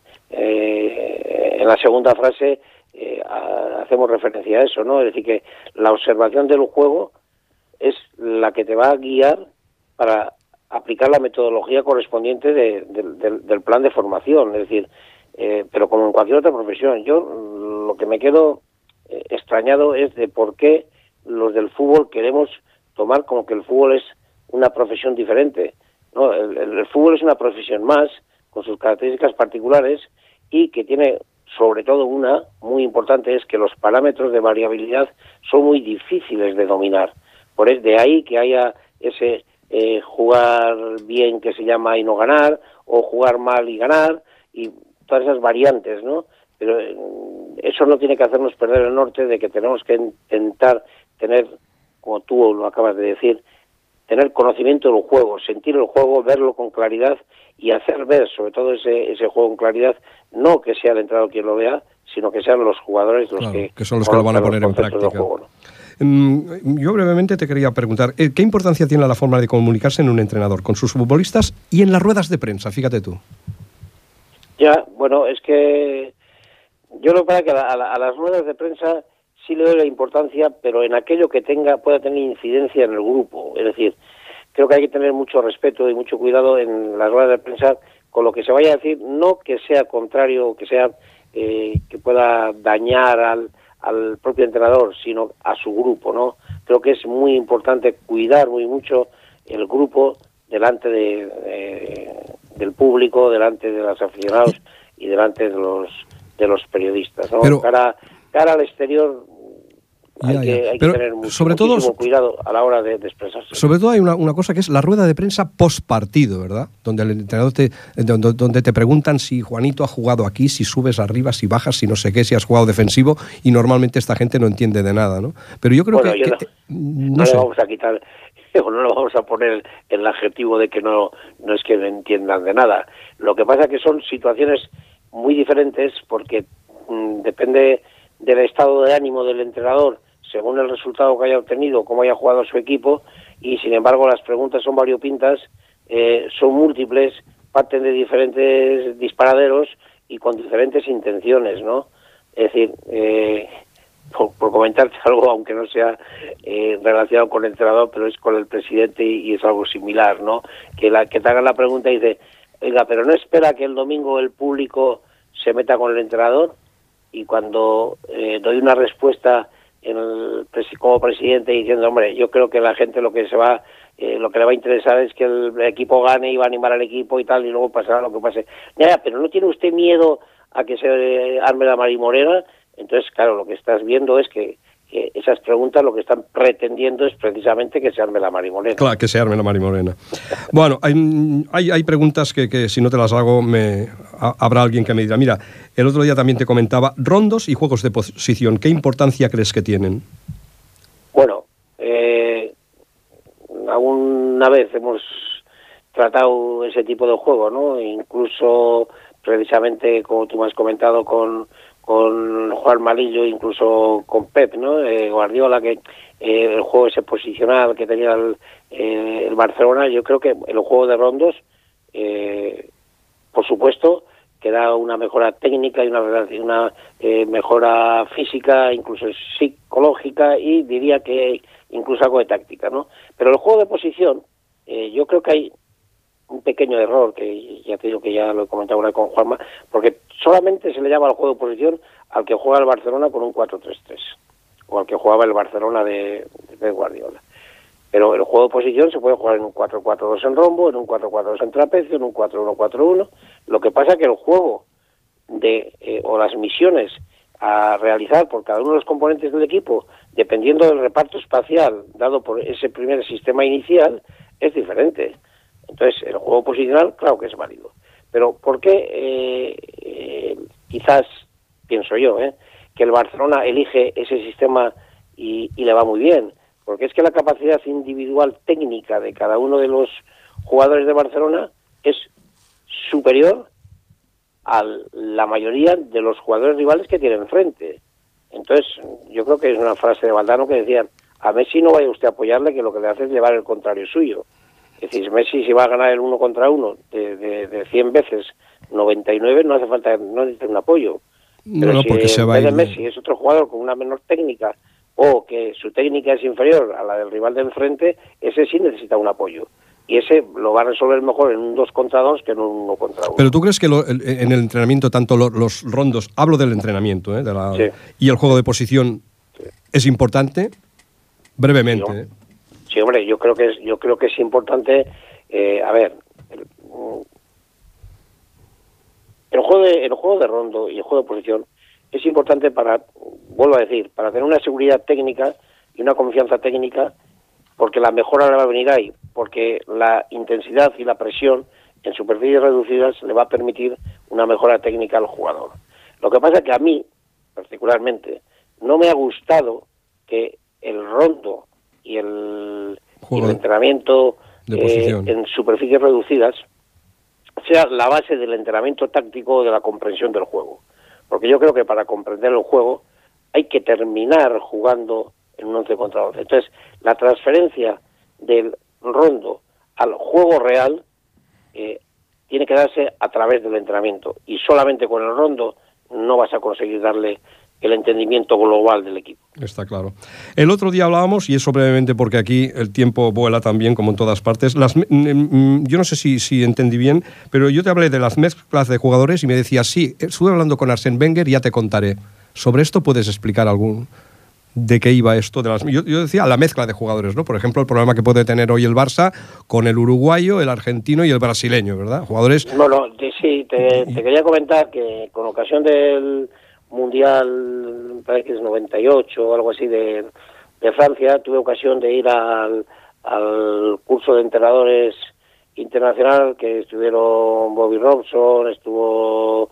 eh, en la segunda frase eh, a, hacemos referencia a eso, ¿no? Es decir, que la observación del juego es la que te va a guiar para aplicar la metodología correspondiente de, de, de, del plan de formación, es decir, eh, pero como en cualquier otra profesión. Yo lo que me quedo eh, extrañado es de por qué los del fútbol queremos tomar como que el fútbol es una profesión diferente. No, el, el, el fútbol es una profesión más, con sus características particulares, y que tiene sobre todo una muy importante, es que los parámetros de variabilidad son muy difíciles de dominar. Por es de ahí que haya ese eh, jugar bien que se llama y no ganar, o jugar mal y ganar, y todas esas variantes, ¿no? Pero eh, eso no tiene que hacernos perder el norte de que tenemos que intentar tener, como tú lo acabas de decir, tener conocimiento del juego, sentir el juego, verlo con claridad y hacer ver, sobre todo ese, ese juego con claridad, no que sea el entrenador quien lo vea, sino que sean los jugadores los Claro, que, que son los que lo van a poner en práctica. Juego, ¿no? Yo brevemente te quería preguntar, ¿qué importancia tiene la forma de comunicarse en un entrenador con sus futbolistas y en las ruedas de prensa? Fíjate tú. Ya, bueno, es que yo lo que pasa es que a, la, a las ruedas de prensa sí le doy la importancia, pero en aquello que tenga pueda tener incidencia en el grupo. Es decir, creo que hay que tener mucho respeto y mucho cuidado en las ruedas de prensa con lo que se vaya a decir, no que sea contrario, que sea eh, que pueda dañar al, al propio entrenador, sino a su grupo, ¿no? Creo que es muy importante cuidar muy mucho el grupo delante de, de, del público, delante de los aficionados y delante de los de los periodistas, ¿no? Pero, cara, cara al exterior hay, ya, que, ya. hay Pero que tener mucho, sobre muchísimo todo, cuidado a la hora de, de expresarse. Sobre todo hay una, una cosa que es la rueda de prensa post partido, ¿verdad? Donde el entrenador te, donde, donde te preguntan si Juanito ha jugado aquí, si subes arriba, si bajas, si no sé qué, si has jugado defensivo, y normalmente esta gente no entiende de nada, ¿no? Pero yo creo bueno, que, yo que no, no, no sé. le vamos a quitar o no le vamos a poner el adjetivo de que no no es que no entiendan de nada. Lo que pasa es que son situaciones muy diferentes porque mmm, depende del estado de ánimo del entrenador, según el resultado que haya obtenido, cómo haya jugado su equipo, y sin embargo las preguntas son variopintas, eh, son múltiples, parten de diferentes disparaderos y con diferentes intenciones, ¿no? Es decir, eh, por, por comentarte algo, aunque no sea eh, relacionado con el entrenador, pero es con el presidente y, y es algo similar, ¿no? Que, la, que te hagan la pregunta y dice, oiga, pero no espera que el domingo el público se meta con el entrenador, y cuando eh, doy una respuesta en el, como presidente diciendo, hombre, yo creo que la gente lo que se va, eh, lo que le va a interesar es que el equipo gane y va a animar al equipo y tal, y luego pasará lo que pase. Ya, ya, pero ¿no tiene usted miedo a que se eh, arme la marimorena? Entonces, claro, lo que estás viendo es que, que esas preguntas lo que están pretendiendo es precisamente que se arme la marimorena. Claro, que se arme la marimorena. Bueno, hay, hay, hay preguntas que, que si no te las hago me, a, habrá alguien que me dirá, mira, el otro día también te comentaba, rondos y juegos de posición, ¿qué importancia crees que tienen? Bueno, eh, alguna vez hemos tratado ese tipo de juego, ¿no? Incluso precisamente, como tú me has comentado, con con Juan Malillo, incluso con Pep, ¿no? Eh, Guardiola, que eh, el juego ese posicional que tenía el, eh, el Barcelona, yo creo que el juego de rondos, eh, por supuesto, que da una mejora técnica y una, una eh, mejora física, incluso psicológica, y diría que incluso algo de táctica, ¿no? Pero el juego de posición, eh, yo creo que hay un pequeño error, que ya te digo que ya lo he comentado una vez con Juanma, porque solamente se le llama al juego de posición al que juega el Barcelona con un cuatro tres tres, o al que jugaba el Barcelona de, de Guardiola. Pero el juego de posición se puede jugar en un cuatro cuatro dos en rombo, en un cuatro cuatro dos en trapecio, en un cuatro uno cuatro uno. Lo que pasa es que el juego de eh, o las misiones a realizar por cada uno de los componentes del equipo, dependiendo del reparto espacial dado por ese primer sistema inicial, es diferente. Entonces, el juego posicional, claro que es válido. Pero ¿por qué eh, eh, quizás, pienso yo, eh, que el Barcelona elige ese sistema y, y le va muy bien? Porque es que la capacidad individual técnica de cada uno de los jugadores de Barcelona es superior a la mayoría de los jugadores rivales que tienen enfrente. Entonces, yo creo que es una frase de Valdano que decían: a Messi no vaya usted a apoyarle, que lo que le hace es llevar el contrario suyo. Es decir, Messi, si va a ganar el uno contra uno de, de, de cien veces, noventa y nueve, no hace falta, no necesita un apoyo. Pero no, no, si porque se en va vez de ir... Messi es otro jugador con una menor técnica, o que su técnica es inferior a la del rival de enfrente, ese sí necesita un apoyo. Y ese lo va a resolver mejor en un dos contra dos que en un uno contra uno. Pero ¿tú crees que lo, el, en el entrenamiento, tanto lo, los rondos, hablo del entrenamiento, ¿eh? de la, sí. y el juego de posición, sí. es importante? Brevemente. Sí, ¿eh? sí, hombre, yo creo que es, yo creo que es importante. Eh, a ver, el, el juego de, el juego de rondo y el juego de posición es importante para, vuelvo a decir, para tener una seguridad técnica y una confianza técnica, porque la mejora le va a venir ahí, porque la intensidad y la presión en superficies reducidas le va a permitir una mejora técnica al jugador. Lo que pasa es que a mí, particularmente, no me ha gustado que el rondo y el, y el entrenamiento eh, en superficies reducidas sea la base del entrenamiento táctico, de la comprensión del juego. Porque yo creo que para comprender el juego hay que terminar jugando en un once contra once. Entonces, la transferencia del rondo al juego real eh, tiene que darse a través del entrenamiento. Y solamente con el rondo no vas a conseguir darle el entendimiento global del equipo. Está claro. El otro día hablábamos, y eso brevemente porque aquí el tiempo vuela también, como en todas partes, las, yo no sé si, si entendí bien, pero yo te hablé de las mezclas de jugadores y me decías, sí, estuve hablando con Arsène Wenger y ya te contaré. ¿Sobre esto puedes explicar algún de qué iba esto? De las, yo, yo decía la mezcla de jugadores, ¿no? Por ejemplo, el problema que puede tener hoy el Barça con el uruguayo, el argentino y el brasileño, ¿verdad? Jugadores... Bueno, sí, te, te quería comentar que con ocasión del Mundial, me parece que es noventa y ocho o algo así, de, de Francia, tuve ocasión de ir al, al curso de entrenadores internacional, que estuvieron Bobby Robson, estuvo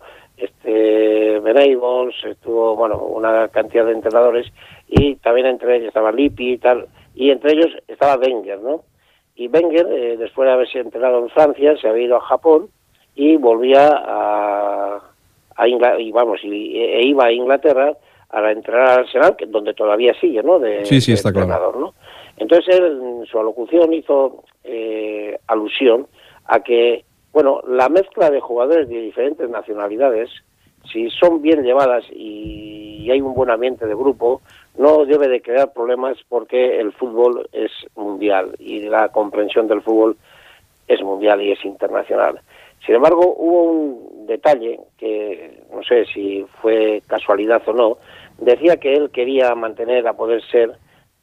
este Venables, estuvo, bueno, una cantidad de entrenadores, y también entre ellos estaba Lippi y tal, y entre ellos estaba Wenger, ¿no? Y Wenger, eh, después de haberse entrenado en Francia, se había ido a Japón y volvía a... A Ingl- y vamos, y, e iba a Inglaterra a entrenar al Arsenal, que, donde todavía sigue, ¿no? De, sí, sí, de está entrenador, claro. ¿no? Entonces él, en su alocución, hizo eh, alusión a que, bueno, la mezcla de jugadores de diferentes nacionalidades, si son bien llevadas y, y hay un buen ambiente de grupo, no debe de crear problemas, porque el fútbol es mundial y la comprensión del fútbol es mundial y es internacional. Sin embargo, hubo un detalle que no sé si fue casualidad o no. Decía que él quería mantener, a poder ser,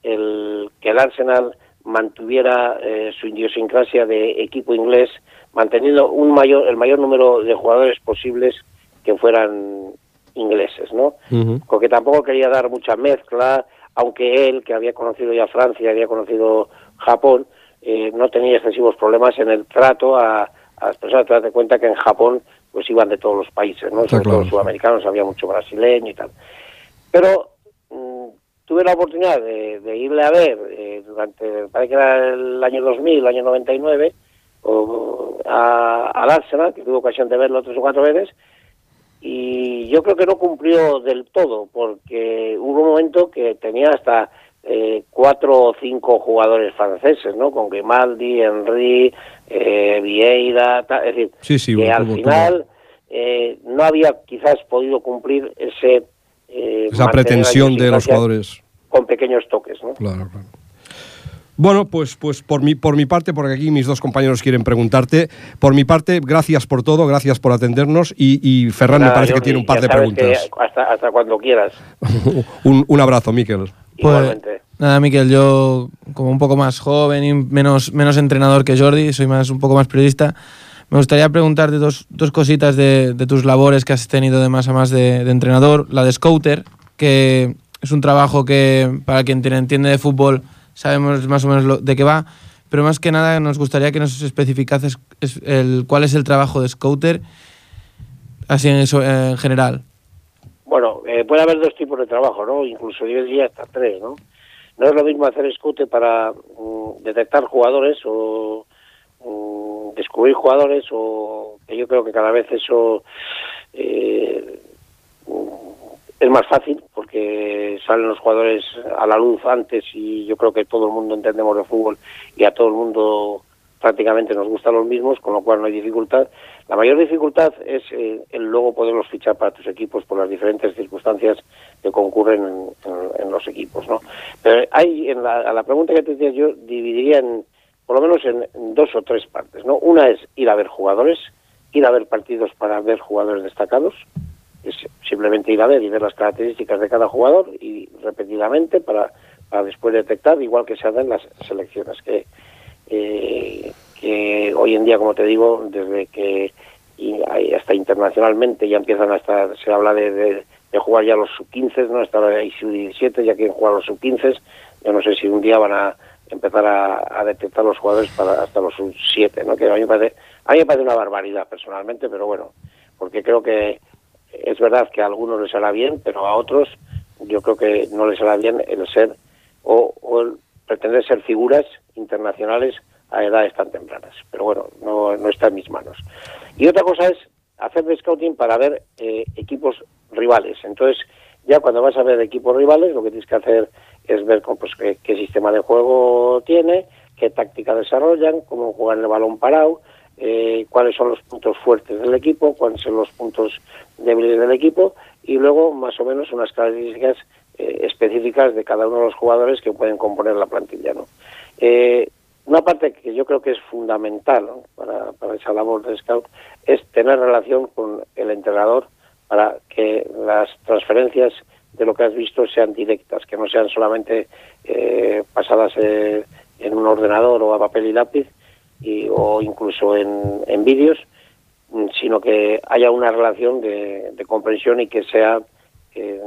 el que el Arsenal mantuviera eh, su idiosincrasia de equipo inglés, manteniendo un mayor, el mayor número de jugadores posibles que fueran ingleses, ¿no? Uh-huh. Porque tampoco quería dar mucha mezcla, aunque él, que había conocido ya Francia, había conocido Japón, eh, no tenía excesivos problemas en el trato a a las personas. Te das cuenta que en Japón pues iban de todos los países, ¿no? Sobre todo los sudamericanos, había mucho brasileño y tal. Pero mmm, tuve la oportunidad de, de irle a ver eh, durante, parece que era el año dos mil, el año noventa y nueve, o, a, al Arsenal, que tuve ocasión de verlo tres o cuatro veces, y yo creo que no cumplió del todo, porque hubo un momento que tenía hasta Eh, cuatro o cinco jugadores franceses, ¿no? Con Grimaldi, Henry, eh, Vieira, tal, es decir, sí, sí, que hubo, al hubo, final eh, no había quizás podido cumplir ese eh, esa pretensión de los jugadores con pequeños toques, ¿no? Claro, claro. Bueno, pues, pues por mi, por mi parte, porque aquí mis dos compañeros quieren preguntarte, por mi parte, gracias por todo, gracias por atendernos, y, y Ferran Nada, me parece que tiene un par de preguntas. Hasta, hasta cuando quieras. un, un abrazo, Miquel. Pues, nada, Miquel, yo como un poco más joven y menos, menos entrenador que Jordi, soy más un poco más periodista, Me gustaría preguntarte dos, dos cositas de, de tus labores que has tenido de más a más de, de entrenador. La de scouter, que es un trabajo que para quien entiende de fútbol sabemos más o menos lo, de qué va, pero más que nada nos gustaría que nos especificases el, cuál es el trabajo de scouter, así en, eso, en general. Bueno, eh, puede haber dos tipos de trabajo, ¿no? Incluso yo diría hasta tres, ¿no? No es lo mismo hacer scouting para um, detectar jugadores o um, descubrir jugadores, o que yo creo que cada vez eso eh, es más fácil porque salen los jugadores a la luz antes, y yo creo que todo el mundo entendemos de fútbol y a todo el mundo prácticamente nos gustan los mismos, con lo cual no hay dificultad. La mayor dificultad es eh, el luego poderlos fichar para tus equipos por las diferentes circunstancias que concurren en, en, en los equipos, ¿no? Pero hay, en la, a la pregunta que te decía, yo dividiría en, por lo menos en, en dos o tres partes, ¿no? Una es ir a ver jugadores, ir a ver partidos para ver jugadores destacados, es simplemente ir a ver y ver las características de cada jugador y repetidamente para, para después detectar, igual que se hacen las selecciones, que Eh, que hoy en día, como te digo, desde que y hasta internacionalmente ya empiezan hasta, se habla de, de, de jugar ya los sub quince, ¿no? Hasta ahora hay sub diecisiete, ya quieren jugar los sub quince. Yo no sé si un día van a empezar a, a detectar los jugadores para hasta los sub siete, ¿no? Que a mí me parece, a mí me parece una barbaridad personalmente, pero bueno, porque creo que es verdad que a algunos les hará bien, pero a otros yo creo que no les hará bien el ser o, o el pretender ser figuras internacionales a edades tan tempranas. Pero bueno, no, no está en mis manos. Y otra cosa es hacer de scouting para ver eh, equipos rivales. Entonces, ya cuando vas a ver equipos rivales, lo que tienes que hacer es ver pues, qué, qué sistema de juego tiene, qué táctica desarrollan, cómo juegan el balón parado, eh, cuáles son los puntos fuertes del equipo, cuáles son los puntos débiles del equipo, y luego más o menos unas características eh, específicas de cada uno de los jugadores que pueden componer la plantilla, ¿no? Eh, una parte que yo creo que es fundamental, ¿no? para, para esa labor de scout es tener relación con el entrenador para que las transferencias de lo que has visto sean directas, que no sean solamente eh, pasadas eh, en un ordenador o a papel y lápiz y, o incluso en, en vídeos, sino que haya una relación de, de comprensión y que sea eh,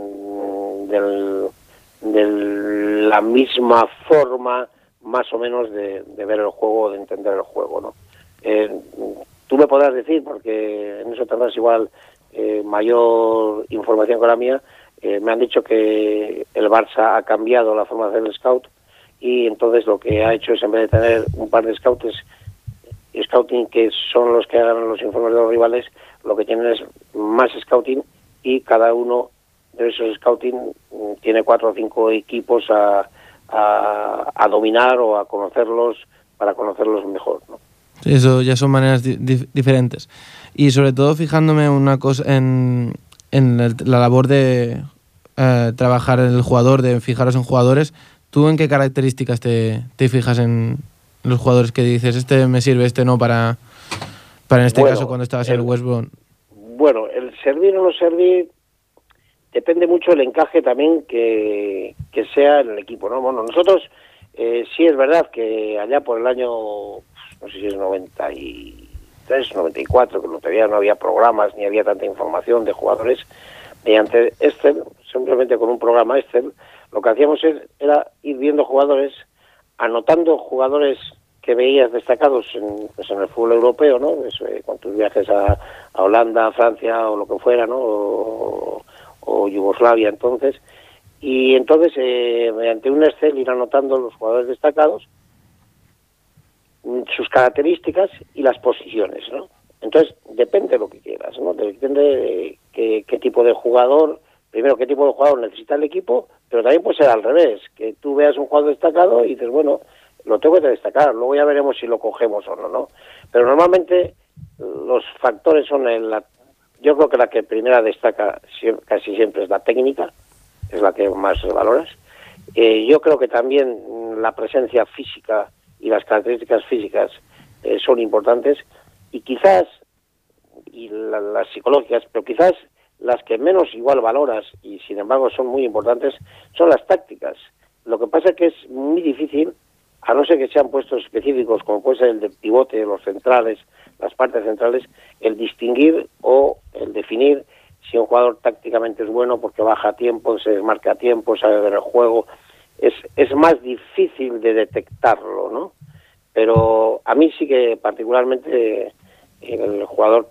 del, de la misma forma más o menos de, de ver el juego, de entender el juego, ¿no? Eh, tú me podrás decir, porque en eso tendrás igual eh, mayor información que la mía, eh, me han dicho que el Barça ha cambiado la forma de hacer el scout y entonces lo que ha hecho es, en vez de tener un par de scouts, scouting que son los que hagan los informes de los rivales, lo que tienen es más scouting y cada uno de esos scouting tiene cuatro o cinco equipos a A, a dominar o a conocerlos para conocerlos mejor, ¿no? Sí, eso ya son maneras di dif diferentes. Y sobre todo fijándome una cosa en, en el, la labor de eh, trabajar en el jugador, de fijaros en jugadores, ¿tú en qué características te, te fijas en los jugadores que dices, este me sirve, este no, para, para en este bueno, caso cuando estabas el, en el West Brom? Bueno, el servir o no servir depende mucho del encaje también que, que sea en el equipo, ¿no? Bueno, nosotros eh, sí es verdad que allá por el año, no sé si es noventa y tres, noventa y cuatro, que todavía no había programas ni había tanta información de jugadores, mediante Excel, simplemente con un programa Excel, lo que hacíamos era ir viendo jugadores, anotando jugadores que veías destacados en, pues en el fútbol europeo, ¿no? Pues, eh, con tus viajes a, a Holanda, a Francia o lo que fuera, ¿no? O, o Yugoslavia entonces, y entonces eh, mediante un Excel ir anotando los jugadores destacados, sus características y las posiciones, ¿no? Entonces depende de lo que quieras, ¿no? Depende de qué, qué tipo de jugador, primero qué tipo de jugador necesita el equipo, pero también puede ser al revés, que tú veas un jugador destacado y dices, bueno, lo tengo que destacar, luego ya veremos si lo cogemos o no, ¿no? Pero normalmente los factores son en la Yo creo que la que primera destaca siempre, casi siempre es la técnica, es la que más valoras. Eh, yo creo que también la presencia física y las características físicas eh, son importantes y quizás, y la, las psicológicas, pero quizás las que menos igual valoras y sin embargo son muy importantes son las tácticas. Lo que pasa es que es muy difícil, a no ser que sean puestos específicos como puede ser el de pivote, los centrales, las partes centrales, el distinguir o el definir si un jugador tácticamente es bueno porque baja a tiempo, se desmarca a tiempo, sabe ver el juego. Es, es más difícil de detectarlo, ¿no? Pero a mí sí que particularmente el jugador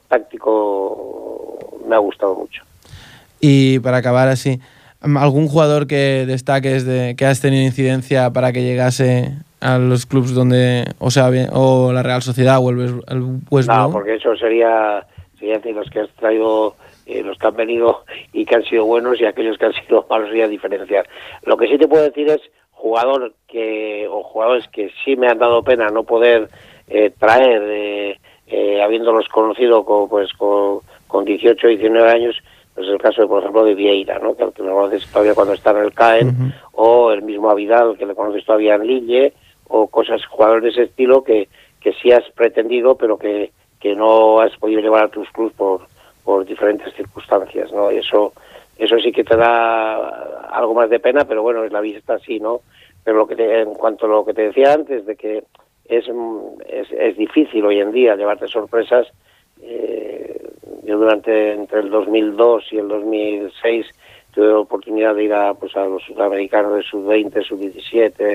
táctico me ha gustado mucho. Y para acabar así, ¿algún jugador que destaques de que has tenido incidencia para que llegase a los clubes donde, o sea, o la Real Sociedad o el West Brom? No, porque eso sería, sería decir, los que has traído, eh, los que han venido y que han sido buenos y aquellos que han sido malos, sería diferenciar. Lo que sí te puedo decir es jugador que, o jugadores que sí me han dado pena no poder eh, traer, eh, eh, habiéndolos conocido con, pues, con, con dieciocho, diecinueve años. Es el caso, de, por ejemplo, de Vieira, ¿no? Que al que lo conoces todavía cuando está en el Caen, uh-huh. o el mismo Avidal, que le conoces todavía en Lille, o cosas, jugadores de ese estilo que, que sí has pretendido, pero que, que no has podido llevar a tus clubes por, por diferentes circunstancias, ¿no? Y eso, eso sí que te da algo más de pena, pero bueno, es la vida está así, ¿no? Pero lo que te, en cuanto a lo que te decía antes, de que es, es, es difícil hoy en día llevarte sorpresas. Eh, yo durante entre el dos mil dos y el dos mil seis tuve la oportunidad de ir a, pues, a los sudamericanos de sub veinte, sub diecisiete,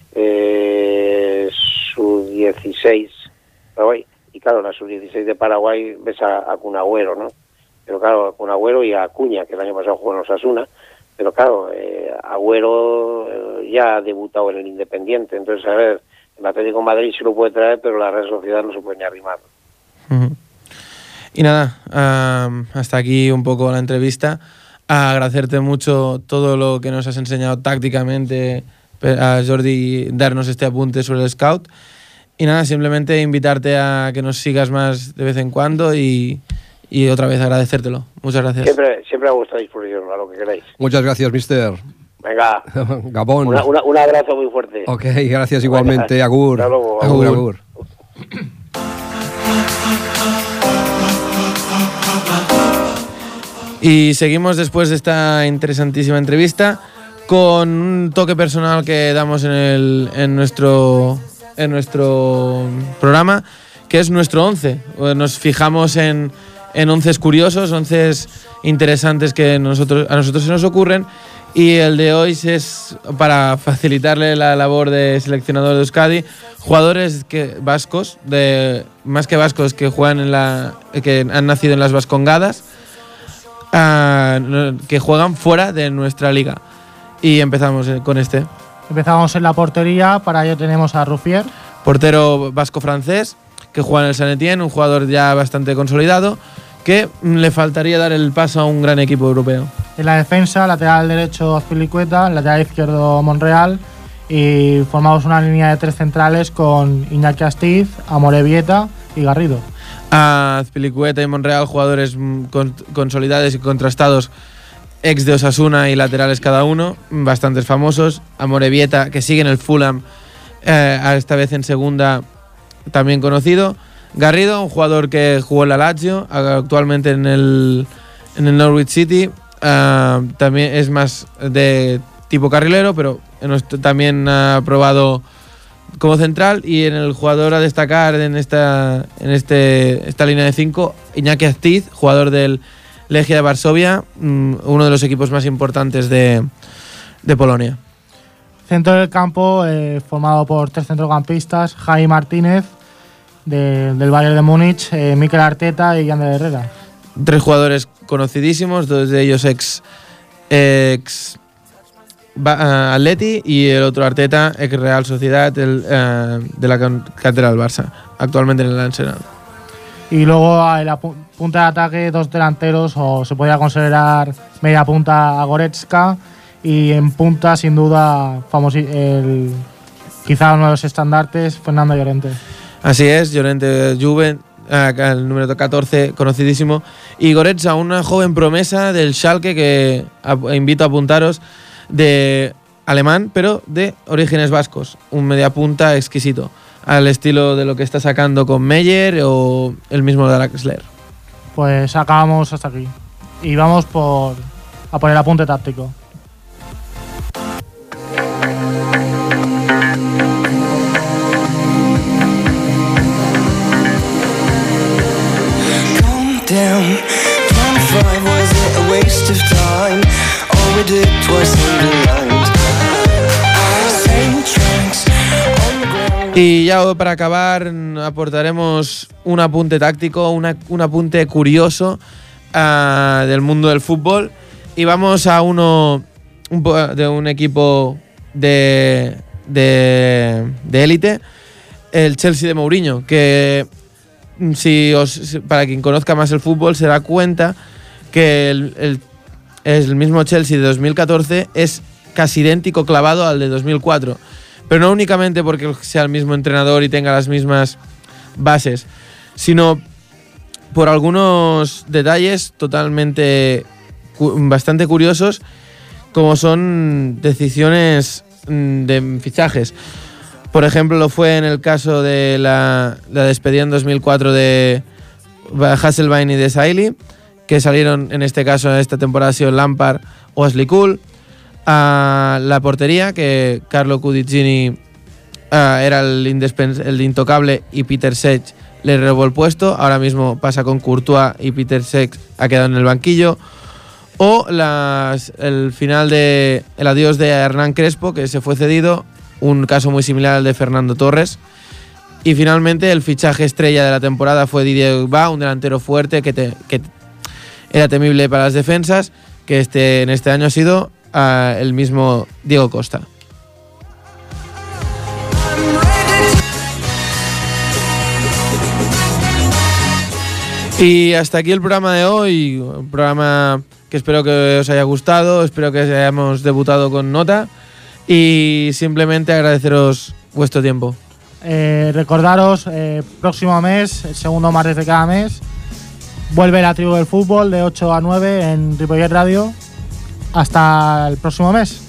eh, sub dieciséis, Paraguay. Y claro, la sub dieciséis de Paraguay ves a, a Kun Agüero, ¿no? Pero claro, a Kun Agüero y a Acuña, que el año pasado jugó en Osasuna. Pero claro, eh, Agüero eh, ya ha debutado en el Independiente. Entonces, a ver, el Atlético de Madrid sí lo puede traer, pero la Real Sociedad no se puede ni arrimar. Uh-huh. Y nada, um, hasta aquí un poco la entrevista. A agradecerte mucho todo lo que nos has enseñado tácticamente, a Jordi, darnos este apunte sobre el Scout. Y nada, simplemente invitarte a que nos sigas más de vez en cuando y, y otra vez agradecértelo. Muchas gracias. Siempre, siempre a vuestra disposición, a lo que queráis. Muchas gracias, mister. Venga. Gabón. Una, una, un abrazo muy fuerte. Ok, gracias igualmente. Agur. Hasta luego. Agur, agur. Y seguimos después de esta interesantísima entrevista con un toque personal que damos en, el, en, nuestro, en nuestro programa, que es nuestro once. Nos fijamos en, en onces curiosos, onces interesantes que nosotros, a nosotros se nos ocurren, y el de hoy es para facilitarle la labor de seleccionador de Euskadi, jugadores que, vascos, de, más que vascos, que, juegan en la, que han nacido en las Vascongadas, Uh, que juegan fuera de nuestra liga. Y empezamos con este. Empezamos en la portería. Para ello tenemos a Ruffier, portero vasco-francés, que juega en el Saint-Étienne, un jugador ya bastante consolidado, que le faltaría dar el paso a un gran equipo europeo. En la defensa, lateral derecho Azpilicueta, lateral izquierdo Monreal, y formamos una línea de tres centrales con Iñaki Astiz, Amorebieta y Garrido. A Azpilicueta y Monreal, jugadores con, consolidados y contrastados, ex de Osasuna y laterales cada uno, bastantes famosos. Amorebieta, que sigue en el Fulham, eh, esta vez en segunda, también conocido. Garrido, un jugador que jugó en la Lazio, actualmente en el, en el Norwich City, uh, también es más de tipo carrilero, pero también ha probado como central. Y en el jugador a destacar en esta en este esta línea de cinco, Iñaki Astiz, jugador del Legia de Varsovia, uno de los equipos más importantes de, de Polonia. Centro del campo, eh, formado por tres centrocampistas: Javi Martínez, de, del Bayern de Múnich, eh, Mikel Arteta y Ander Herrera. Tres jugadores conocidísimos, dos de ellos ex ex Atleti y el otro Arteta, ex Real Sociedad, el, uh, de la cantera del Barça, actualmente en el Arsenal. Y luego a la pu- punta de ataque, dos delanteros, o se podría considerar media punta a Goretzka, y en punta, sin duda, famoso, el, quizá uno de los estandartes, Fernando Llorente. Así es, Llorente Juve, el número catorce, conocidísimo, y Goretzka, una joven promesa del Schalke que a, invito a apuntaros, de alemán, pero de orígenes vascos, un mediapunta exquisito, al estilo de lo que está sacando con Meyer o el mismo de Draxler. Pues acabamos hasta aquí y vamos por a por el apunte táctico. Y ya para acabar aportaremos un apunte táctico, una, un apunte curioso uh, del mundo del fútbol, y vamos a uno un, de un equipo de de de élite, el Chelsea de Mourinho, que si os, para quien conozca más el fútbol se da cuenta que el, el, el mismo Chelsea de dos mil catorce es casi idéntico clavado al de dos mil cuatro. Pero no únicamente porque sea el mismo entrenador y tenga las mismas bases, sino por algunos detalles totalmente bastante curiosos, como son decisiones de fichajes. Por ejemplo, lo fue en el caso de la, la despedida en dos mil cuatro de Hasselbaink y de Sailly, que salieron en este caso, en esta temporada, ha sido Lampard o Ashley Cole. A la portería, que Carlo Cudicini uh, era el, el intocable y Peter Cech le robó el puesto. Ahora mismo pasa con Courtois y Peter Cech ha quedado en el banquillo. O las, el final de el adiós de Hernán Crespo, que se fue cedido, un caso muy similar al de Fernando Torres. Y finalmente el fichaje estrella de la temporada fue Didier Drogba, un delantero fuerte que, te, que era temible para las defensas, que este, en este año ha sido Uh, el mismo Diego Costa. Y hasta aquí el programa de hoy, un programa que espero que os haya gustado, espero que hayamos debutado con nota, y simplemente agradeceros vuestro tiempo. Eh, recordaros, eh, próximo mes, el segundo martes de cada mes, vuelve la tribu del fútbol de ocho a nueve en Ripollet Radio. Hasta el próximo mes.